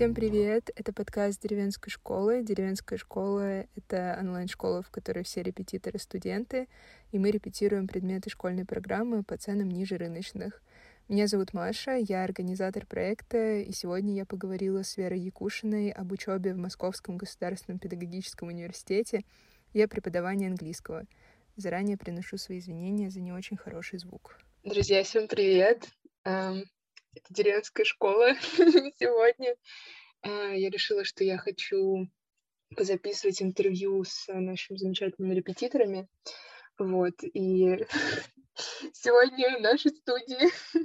Всем привет! Это подкаст «Деревенской школы». «Деревенская школа» — это онлайн-школа, в которой все репетиторы — студенты, и мы репетируем предметы школьной программы по ценам ниже рыночных. Меня зовут Маша, я организатор проекта, и сегодня я поговорила с Верой Якушиной об учебе в Московском государственном педагогическом университете и о преподавании английского. Заранее приношу свои извинения за не очень хороший звук. Друзья, всем привет! Это деревенская школа сегодня. Я решила, что я хочу позаписывать интервью с нашими замечательными репетиторами. Вот, и сегодня в нашей студии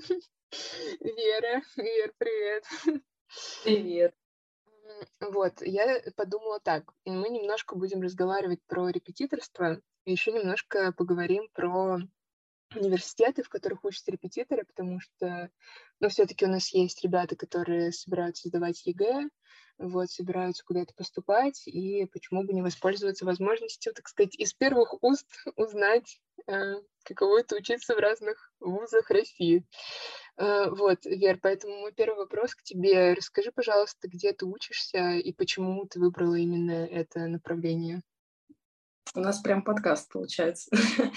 Вера. Вер, привет! Привет. Вот, я подумала так, мы немножко будем разговаривать про репетиторство, и еще немножко поговорим про университеты, в которых учатся репетиторы, потому что, все-таки у нас есть ребята, которые собираются сдавать ЕГЭ, вот, собираются куда-то поступать, и почему бы не воспользоваться возможностью, так сказать, из первых уст узнать, каково это учиться в разных вузах России. Вот, Вер, поэтому мой первый вопрос к тебе. Расскажи, пожалуйста, где ты учишься и почему ты выбрала именно это направление? У нас прям подкаст получается.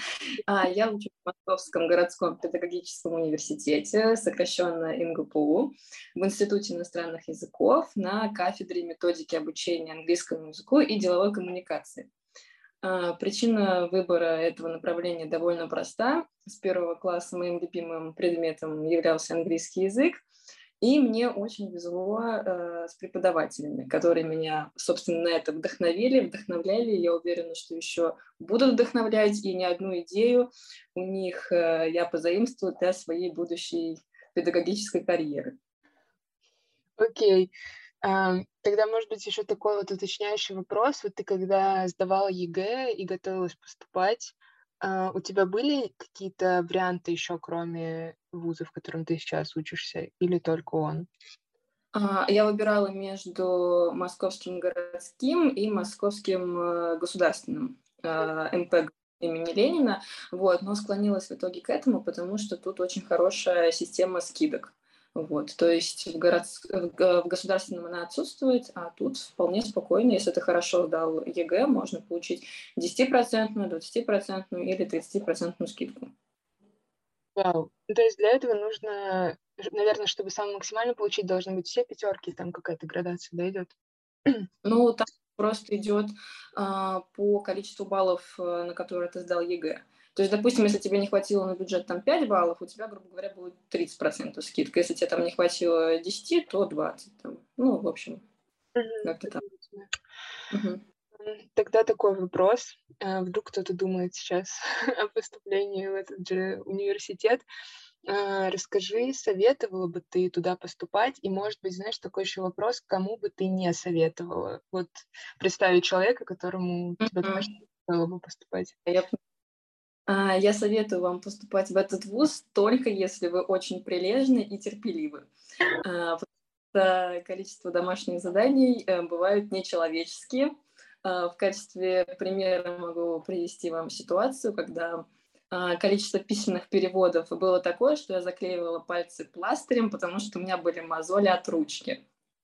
Я учусь в Московском городском педагогическом университете, сокращенно МГПУ, в Институте иностранных языков на кафедре методики обучения английскому языку и деловой коммуникации. Причина выбора этого направления довольно проста. С первого класса моим любимым предметом являлся английский язык, и мне очень везло с преподавателями, которые меня, собственно, на это вдохновляли. Я уверена, что еще будут вдохновлять, и ни одну идею у них я позаимствую для своей будущей педагогической карьеры. Окей. Тогда, может быть, еще такой вот уточняющий вопрос. Вот ты когда сдавала ЕГЭ и готовилась поступать, у тебя были какие-то варианты еще, кроме вуза, в котором ты сейчас учишься, или только он? Я выбирала между Московским городским и Московским государственным МПГ имени Ленина, вот, но склонилась в итоге к этому, потому что тут очень хорошая система скидок. Вот, то есть в государственном она отсутствует, а тут вполне спокойно, если ты хорошо сдал ЕГЭ, можно получить 10%, 20% или 30% скидку. Вау. То есть для этого нужно, наверное, чтобы самое максимально получить, должны быть все пятерки, там какая-то градация, да, идет? Ну, там просто идет по количеству баллов, на которые ты сдал ЕГЭ. То есть, допустим, если тебе не хватило на бюджет там 5 баллов, у тебя, грубо говоря, будет 30% скидка. Если тебе там не хватило 10, то 20. Там. Ну, в общем, как-то так. Тогда такой вопрос. Вдруг кто-то думает сейчас о поступлении в этот же университет. Расскажи, советовала бы ты туда поступать? И, может быть, знаешь, такой еще вопрос, кому бы ты не советовала? Вот представить человека, которому тебе точно стоило бы поступать. Я советую вам поступать в этот вуз только если вы очень прилежны и терпеливы. Потому что количество домашних заданий бывают нечеловеческие. В качестве примера могу привести вам ситуацию, когда количество письменных переводов было такое, что я заклеивала пальцы пластырем, потому что у меня были мозоли от ручки.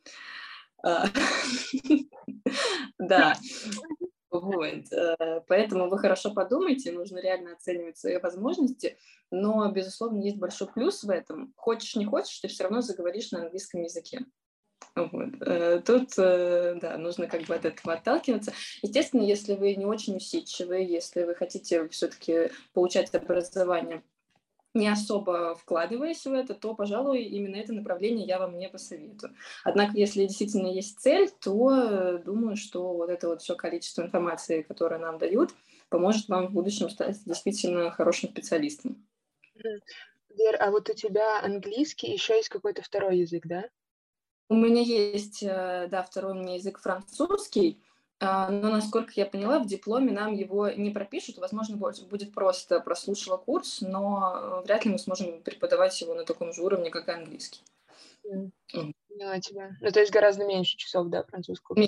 Да. Вот. Поэтому вы хорошо подумайте, нужно реально оценивать свои возможности, но, безусловно, есть большой плюс в этом. Хочешь, не хочешь, ты все равно заговоришь на английском языке. Вот. Тут, да, нужно как бы от этого отталкиваться. Естественно, если вы не очень усидчивы, если вы хотите все-таки получать образование, не особо вкладываясь в это, то, пожалуй, именно это направление я вам не посоветую. Однако, если действительно есть цель, то думаю, что вот это вот все количество информации, которое нам дают, поможет вам в будущем стать действительно хорошим специалистом. Вер, а вот у тебя английский, еще есть какой-то второй язык, да? У меня есть, да, второй у меня язык французский, но, насколько я поняла, в дипломе нам его не пропишут. Возможно, будет просто прослушала курс, но вряд ли мы сможем преподавать его на таком же уровне, как и английский. Поняла тебя. Ну, то есть гораздо меньше часов, да, французского?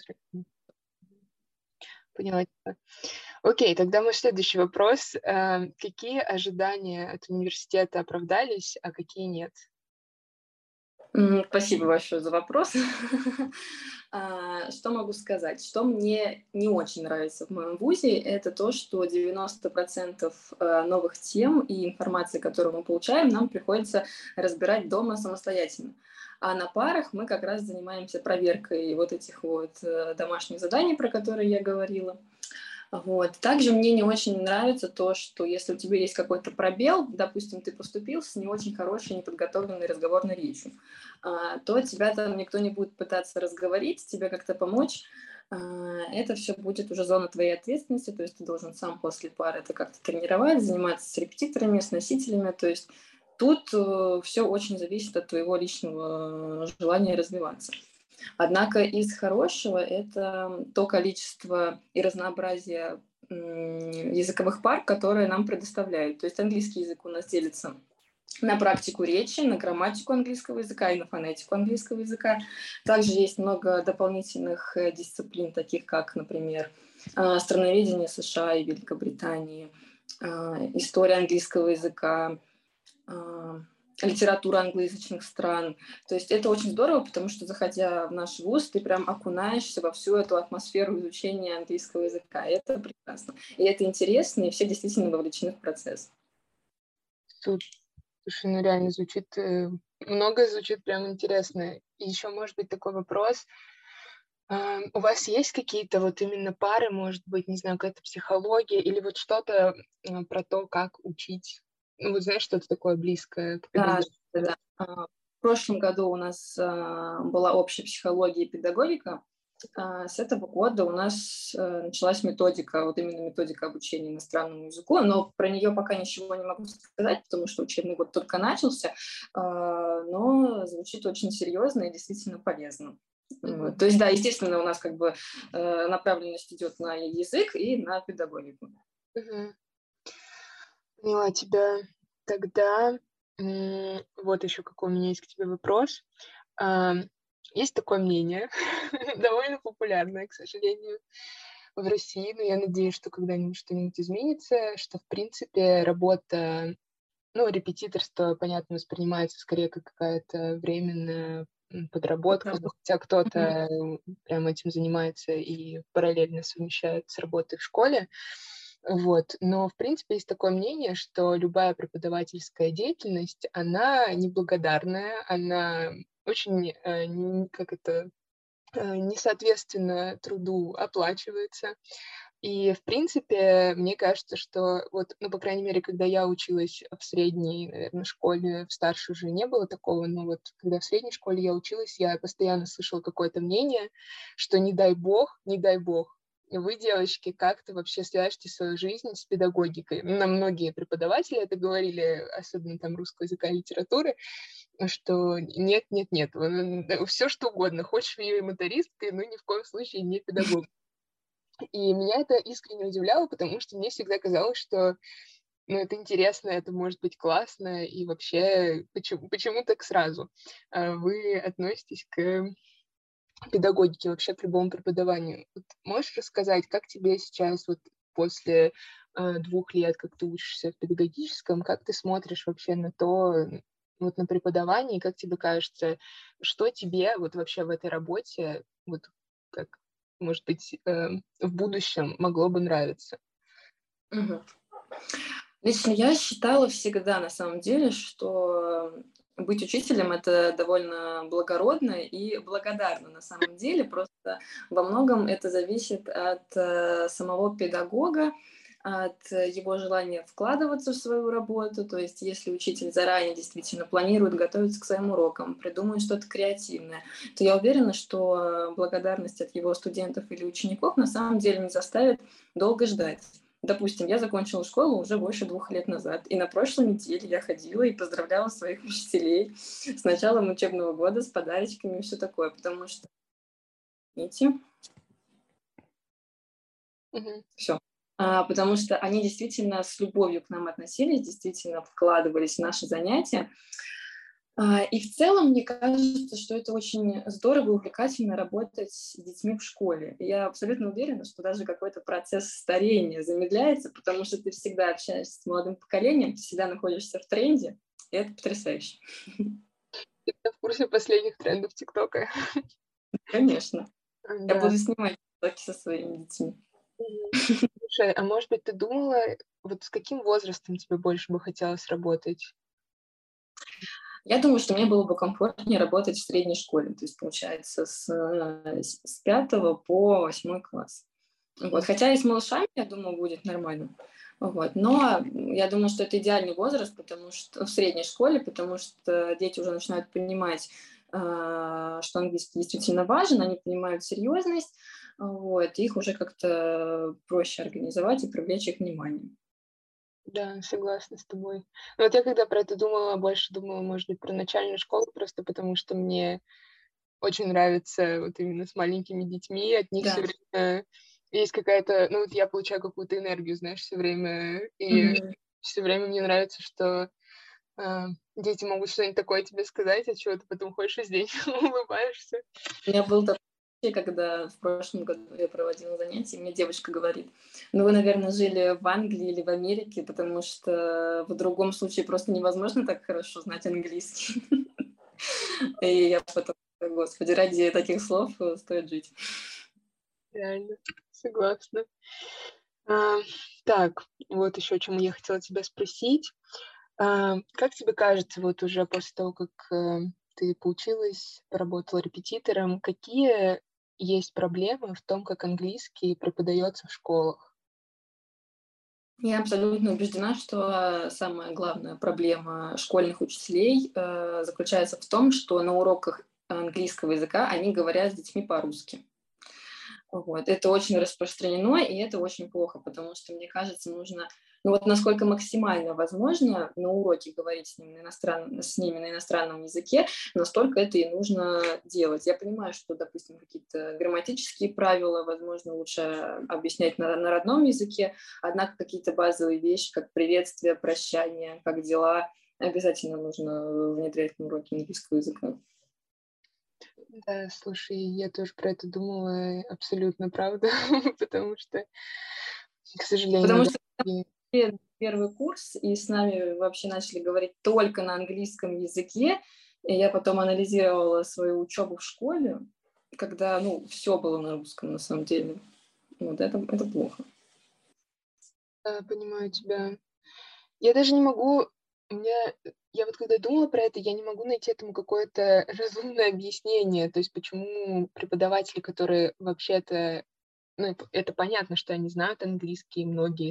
Поняла тебя. Окей, тогда мой следующий вопрос. Какие ожидания от университета оправдались, а какие нет? Спасибо большое за вопрос. Что могу сказать? Что мне не очень нравится в моем вузе, это то, что 90% новых тем и информации, которую мы получаем, нам приходится разбирать дома самостоятельно. А на парах мы как раз занимаемся проверкой вот этих вот домашних заданий, про которые я говорила. Вот. Также мне не очень нравится то, что если у тебя есть какой-то пробел, допустим, ты поступил с не очень хорошей, неподготовленной разговорной речью, то тебя там никто не будет пытаться разговорить, тебе как-то помочь. Это все будет уже зона твоей ответственности, то есть ты должен сам после пары это как-то тренировать, заниматься с репетиторами, с носителями, то есть тут все очень зависит от твоего личного желания развиваться. Однако из хорошего это то количество и разнообразие языковых пар, которые нам предоставляют. То есть английский язык у нас делится на практику речи, на грамматику английского языка и на фонетику английского языка. Также есть много дополнительных дисциплин, таких как, например, страноведение США и Великобритании, история английского языка, литература англоязычных стран. То есть это очень здорово, потому что, заходя в наш вуз, ты прям окунаешься во всю эту атмосферу изучения английского языка. И это прекрасно. И это интересно, и все действительно вовлечены в процесс. Слушай, ну реально звучит, многое звучит прям интересно. И еще, может быть, такой вопрос. У вас есть какие-то вот именно пары, может быть, не знаю, какая-то психология или вот что-то про то, как учить? Ну, вот знаешь, что-то такое близкое к Да, педагогике? да. В прошлом году у нас была общая психология и педагогика. С этого года у нас началась методика, вот именно методика обучения иностранному языку, но про нее пока ничего не могу сказать, потому что учебный год только начался, но звучит очень серьезно и действительно полезно. То есть, да, естественно, у нас как бы направленность идет на язык и на педагогику. Поняла тебя. Тогда вот еще какой у меня есть к тебе вопрос. Есть такое мнение, довольно популярное, к сожалению, в России, но я надеюсь, что когда-нибудь что-нибудь изменится, что, в принципе, работа, ну, репетиторство, понятно, воспринимается скорее как какая-то временная подработка, но хотя кто-то прям этим занимается и параллельно совмещает с работой в школе. Вот. Но, в принципе, есть такое мнение, что любая преподавательская деятельность, она неблагодарная, она очень, несоответственно труду оплачивается. И, в принципе, мне кажется, что вот, ну, по крайней мере, когда я училась в средней, наверное, школе, в старшей уже не было такого, но вот когда в средней школе я училась, я постоянно слышала какое-то мнение, что не дай бог, вы, девочки, как-то вообще свяжете свою жизнь с педагогикой. Нам многие преподаватели это говорили, особенно там русского языка и литературы, что нет, все что угодно, хочешь ее и мотористкой, но ни в коем случае не педагог. И меня это искренне удивляло, потому что мне всегда казалось, что ну, это интересно, это может быть классно, и вообще почему так сразу вы относитесь к педагогике, вообще к любому преподаванию? Вот можешь рассказать, как тебе сейчас вот после 2 лет, как ты учишься в педагогическом, как ты смотришь вообще на то, вот на преподавание, как тебе кажется, что тебе вот вообще в этой работе, вот как, может быть, в будущем могло бы нравиться? Лично я считала всегда, на самом деле, что быть учителем — это довольно благородно и благодарно на самом деле. Просто во многом это зависит от самого педагога, от его желания вкладываться в свою работу. То есть если учитель заранее действительно планирует готовиться к своим урокам, придумает что-то креативное, то я уверена, что благодарность от его студентов или учеников на самом деле не заставит долго ждать. Допустим, я закончила школу уже больше 2 лет назад, и на прошлой неделе я ходила и поздравляла своих учителей с началом учебного года, с подарочками и все такое, потому что, видите, все. Потому что они действительно с любовью к нам относились, действительно вкладывались в наши занятия. И в целом, мне кажется, что это очень здорово и увлекательно работать с детьми в школе. И я абсолютно уверена, что даже какой-то процесс старения замедляется, потому что ты всегда общаешься с молодым поколением, ты всегда находишься в тренде, и это потрясающе. Ты в курсе последних трендов ТикТока? Конечно. Я Да. буду снимать ТикТоки со своими детьми. Слушай, а может быть, ты думала, вот с каким возрастом тебе больше бы хотелось работать? Я думаю, что мне было бы комфортнее работать в средней школе, то есть, получается, с 5 по 8 класс. Вот. Хотя и с малышами, я думаю, будет нормально. Вот. Но я думаю, что это идеальный возраст, потому что в средней школе, потому что дети уже начинают понимать, что английский действительно важен, они понимают серьезность, вот, и их уже как-то проще организовать и привлечь их внимание. Да, согласна с тобой. Но вот я когда про это думала, больше думала, может быть, про начальную школу, просто потому что мне очень нравится вот именно с маленькими детьми, от них все Да. время есть какая-то, ну вот я получаю какую-то энергию, знаешь, все время, и Мгм. все время мне нравится, что дети могут что-нибудь такое тебе сказать, от чего ты потом ходишь весь день улыбаешься. У меня был такой случай, когда в прошлом году я проводила занятия, и мне девочка говорит: ну, вы, наверное, жили в Англии или в Америке, потому что в другом случае просто невозможно так хорошо знать английский. И я потом, господи, ради таких слов стоит жить. Реально, согласна. А, так, вот еще о чем я хотела тебя спросить. Как тебе кажется, вот уже после того, как ты поучилась, поработала репетитором, какие есть проблемы в том, как английский преподается в школах? Я абсолютно убеждена, что самая главная проблема школьных учителей заключается в том, что на уроках английского языка они говорят с детьми по-русски. Вот. Это очень распространено, и это очень плохо, потому что, мне кажется, нужно, ну вот насколько максимально возможно на уроке говорить с ними на иностранном языке, настолько это и нужно делать. Я понимаю, что, допустим, какие-то грамматические правила, возможно, лучше объяснять на родном языке, однако какие-то базовые вещи, как приветствие, прощание, как дела, обязательно нужно внедрять на уроке английского языка. Да, слушай, я тоже про это думала, абсолютно правда, потому что, к сожалению, Потому да. что первый курс, и с нами вообще начали говорить только на английском языке. И я потом анализировала свою учебу в школе, когда, ну, все было на русском на самом деле. Вот это плохо. Да, понимаю тебя. Я даже не могу, у меня, я вот когда думала про это, я не могу найти этому какое-то разумное объяснение, то есть почему преподаватели, которые вообще-то, ну, это понятно, что они знают английский, многие,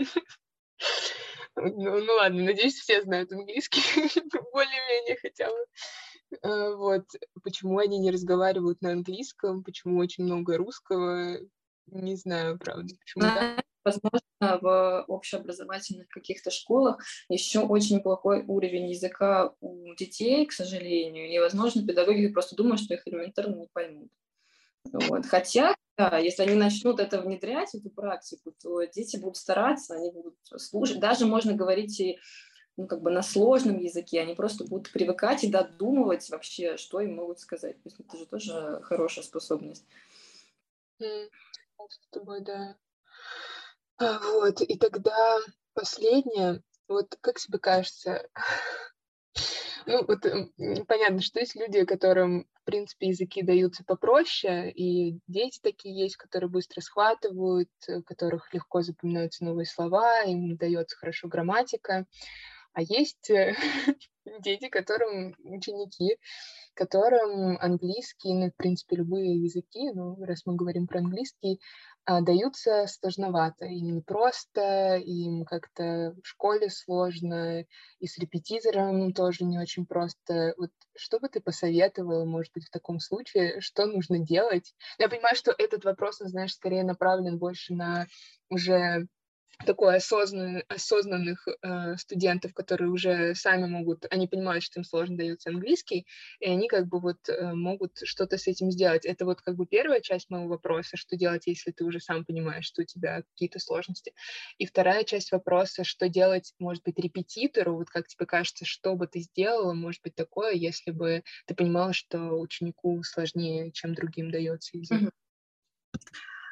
ну ладно, надеюсь, все знают английский, более-менее хотя бы. Вот, почему они не разговаривают на английском, почему очень много русского, не знаю, правда, почему так. Возможно, в общеобразовательных каких-то школах еще очень плохой уровень языка у детей, к сожалению, и, возможно, педагоги просто думают, что их элементарно не поймут. Вот. Хотя, да, если они начнут это внедрять, эту практику, то дети будут стараться, они будут слушать. Даже можно говорить и ну, как бы на сложном языке, они просто будут привыкать и додумывать вообще, что им могут сказать. То есть это же тоже хорошая способность. Согласна с тобой, да. Вот, и тогда последнее, вот как тебе кажется, ну вот понятно, что есть люди, которым, в принципе, языки даются попроще, и дети такие есть, которые быстро схватывают, у которых легко запоминаются новые слова, им дается хорошо грамматика, а есть дети, которым ученики, которым английский, ну, в принципе, любые языки, ну, раз мы говорим про английский, даются сложновато. Им непросто, им как-то в школе сложно, и с репетитором тоже не очень просто. Вот что бы ты посоветовала, может быть, в таком случае, что нужно делать? Я понимаю, что этот вопрос, он, знаешь, скорее направлен больше на уже такой осознанных студентов, которые уже сами могут, они понимают, что им сложно дается английский, и они как бы вот могут что-то с этим сделать. Это вот как бы первая часть моего вопроса, что делать, если ты уже сам понимаешь, что у тебя какие-то сложности. И вторая часть вопроса, что делать, может быть, репетитору, вот как тебе кажется, что бы ты сделала, может быть, такое, если бы ты понимала, что ученику сложнее, чем другим дается язык.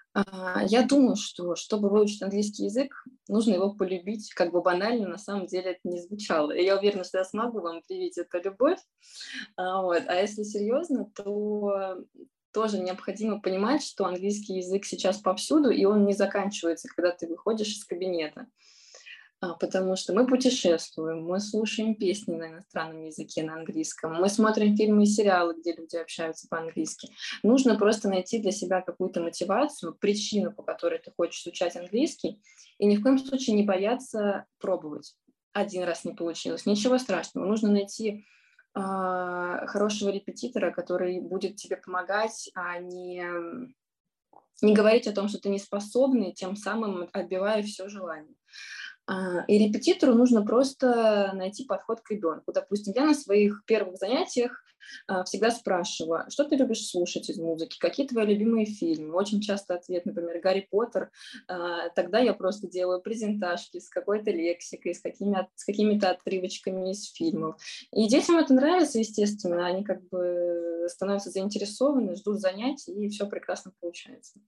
Я думаю, что чтобы выучить английский язык, нужно его полюбить, как бы банально на самом деле это не звучало. И я уверена, что я смогу вам привить эту любовь. А если серьезно, то тоже необходимо понимать, что английский язык сейчас повсюду, и он не заканчивается, когда ты выходишь из кабинета. Потому что мы путешествуем, мы слушаем песни на иностранном языке, на английском, мы смотрим фильмы и сериалы, где люди общаются по-английски. Нужно просто найти для себя какую-то мотивацию, причину, по которой ты хочешь изучать английский, и ни в коем случае не бояться пробовать. Один раз не получилось, ничего страшного. Нужно найти хорошего репетитора, который будет тебе помогать, а не говорить о том, что ты не способный, тем самым отбивая все желание. И репетитору нужно просто найти подход к ребенку. Допустим, я на своих первых занятиях всегда спрашиваю, что ты любишь слушать из музыки, какие твои любимые фильмы. Очень часто ответ, например, «Гарри Поттер». Тогда я просто делаю презентажки с какой-то лексикой, с какими-то отрывочками из фильмов. И детям это нравится, естественно. Они как бы становятся заинтересованы, ждут занятий, и все прекрасно получается.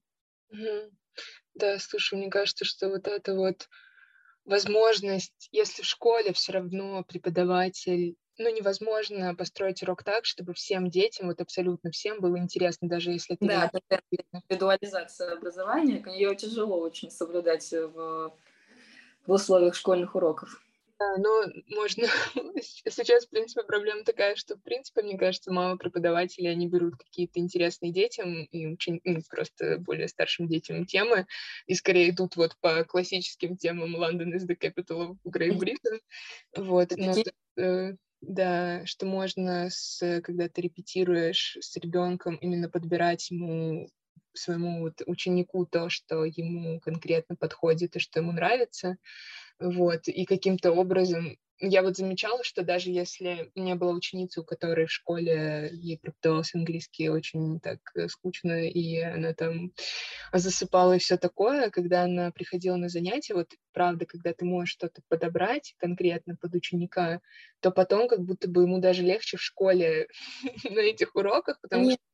Да, слушай, мне кажется, что вот это вот возможность, если в школе все равно преподаватель, невозможно построить урок так, чтобы всем детям, вот абсолютно всем было интересно, даже если ты Да, это индивидуализация образования, ее тяжело очень соблюдать в условиях школьных уроков. Да, но можно... Сейчас, в принципе, проблема такая, что, в принципе, мне кажется, мало преподавателей, они берут какие-то интересные детям и просто более старшим детям темы, и скорее идут вот по классическим темам «London is the capital of Great Britain». Вот, но да, что можно, когда ты репетируешь с ребенком, именно подбирать ему своему вот ученику то, что ему конкретно подходит и что ему нравится. Вот, и каким-то образом я вот замечала, что даже если у меня была ученица, у которой в школе ей преподавался английский очень так скучно, и она там засыпала и все такое, когда она приходила на занятия, вот правда, когда ты можешь что-то подобрать конкретно под ученика, то потом как будто бы ему даже легче в школе на этих уроках, потому что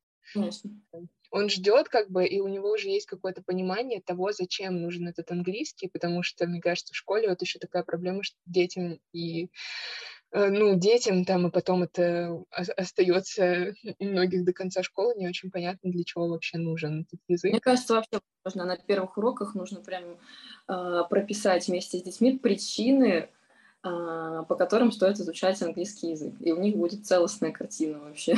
он ждет, как бы, и у него уже есть какое-то понимание того, зачем нужен этот английский, потому что, мне кажется, в школе вот еще такая проблема, что детям детям там, и потом это остается у многих до конца школы, не очень понятно, для чего вообще нужен этот язык. Мне кажется, вообще нужно на первых уроках нужно прям прописать вместе с детьми причины, по которым стоит изучать английский язык, и у них будет целостная картина вообще.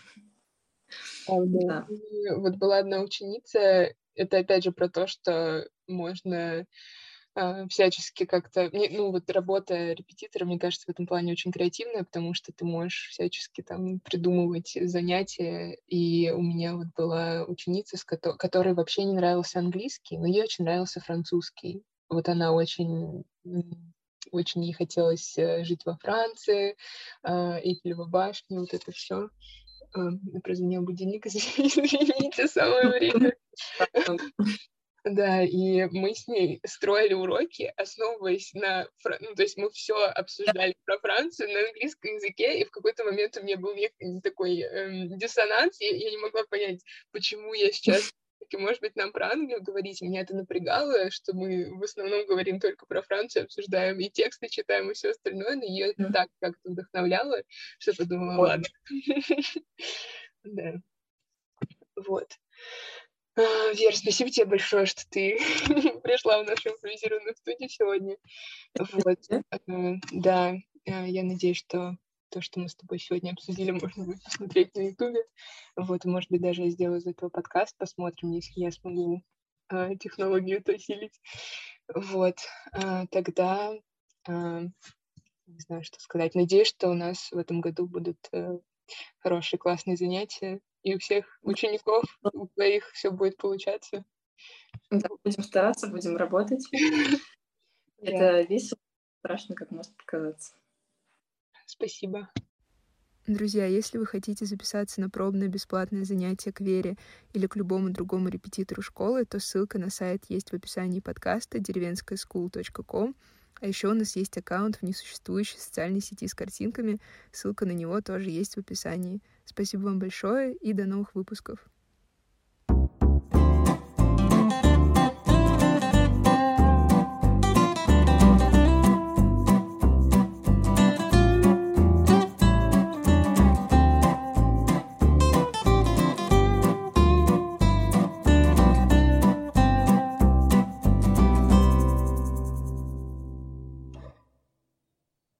Да. Вот была одна ученица, это опять же про то, что можно всячески как-то... вот работа репетитора, мне кажется, в этом плане очень креативная, потому что ты можешь всячески там придумывать занятия. И у меня вот была ученица, которой вообще не нравился английский, но ей очень нравился французский. Вот она очень ей хотелось жить во Франции, Эйфелева башня, вот это все. Прозвенел будильник, извините, самое время. Да, и мы с ней строили уроки, основываясь на... то есть мы все обсуждали про Францию на английском языке, и в какой-то момент у меня был такой диссонанс, и я не могла понять, почему я сейчас... Может быть, нам про Англию говорить? Меня это напрягало, что мы в основном говорим только про Францию, обсуждаем и тексты читаем, и все остальное, но ее так как-то вдохновляло, что я подумала, ладно. Да. Вот. Вер, спасибо тебе большое, что ты пришла в нашу импровизированную студию сегодня. Вот. Да, я надеюсь, что то, что мы с тобой сегодня обсудили, можно будет посмотреть на Ютубе. Вот, может быть, даже я сделаю из этого подкаст, посмотрим, если я смогу технологию это осилить. Вот. Тогда не знаю, что сказать. Надеюсь, что у нас в этом году будут хорошие, классные занятия, и у всех учеников, у твоих все будет получаться. Да, будем стараться, будем работать. Это весело, страшно, как может показаться. Спасибо. Друзья, если вы хотите записаться на пробное бесплатное занятие к Вере или к любому другому репетитору школы, то ссылка на сайт есть в описании подкаста деревенскаяschool.com. А еще у нас есть аккаунт в несуществующей социальной сети с картинками. Ссылка на него тоже есть в описании. Спасибо вам большое и до новых выпусков.